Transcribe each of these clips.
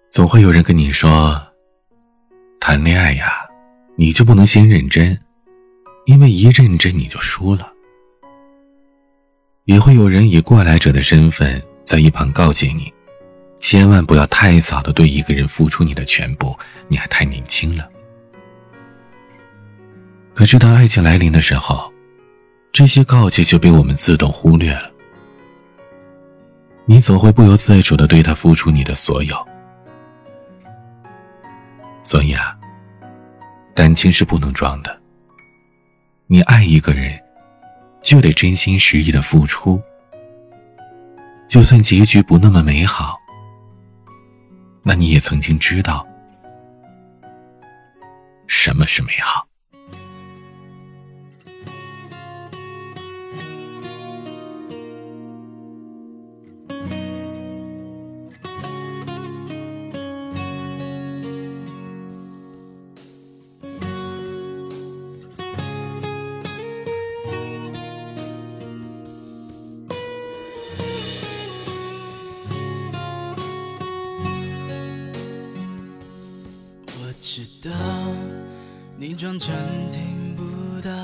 总会有人跟你说，谈恋爱呀，你就不能先认真，因为一认真你就输了。也会有人以过来者的身份在一旁告诫你，千万不要太早地对一个人付出你的全部，你还太年轻了。可是当爱情来临的时候，这些告诫就被我们自动忽略了。你总会不由自主地对他付出你的所有。所以啊，感情是不能装的。你爱一个人，就得真心实意地付出。就算结局不那么美好，那你也曾经知道什么是美好。 知道你装成听不到，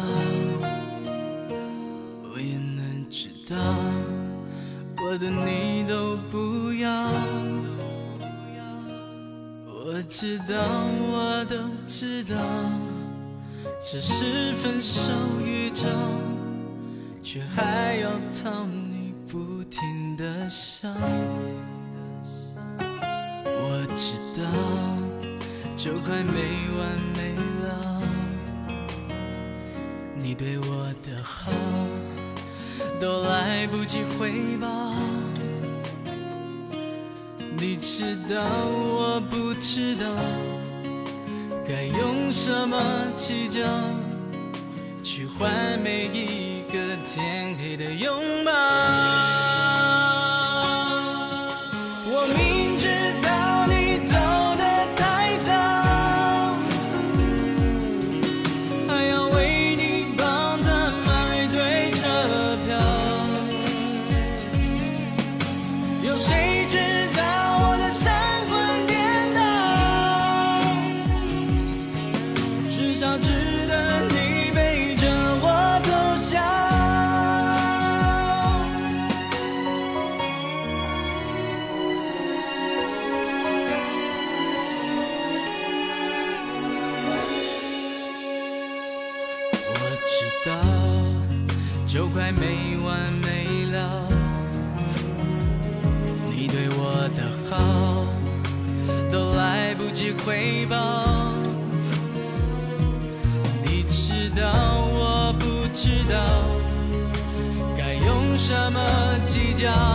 我也能知道我的你都不要。我知道我都知道，只是分手宇宙，却还要讨你不停地笑。我知道就快没完没了，你对我的好都来不及回报。你知道我不知道该用什么计较，去换每一个天黑的拥抱。我明知道你走得太早，还要为你帮他买对车票。有谁知道我的神魂颠倒，至少值得你背着我偷笑。我知道就快没完没了，你对我的好都来不及回报。你知道我不知道该用什么计较，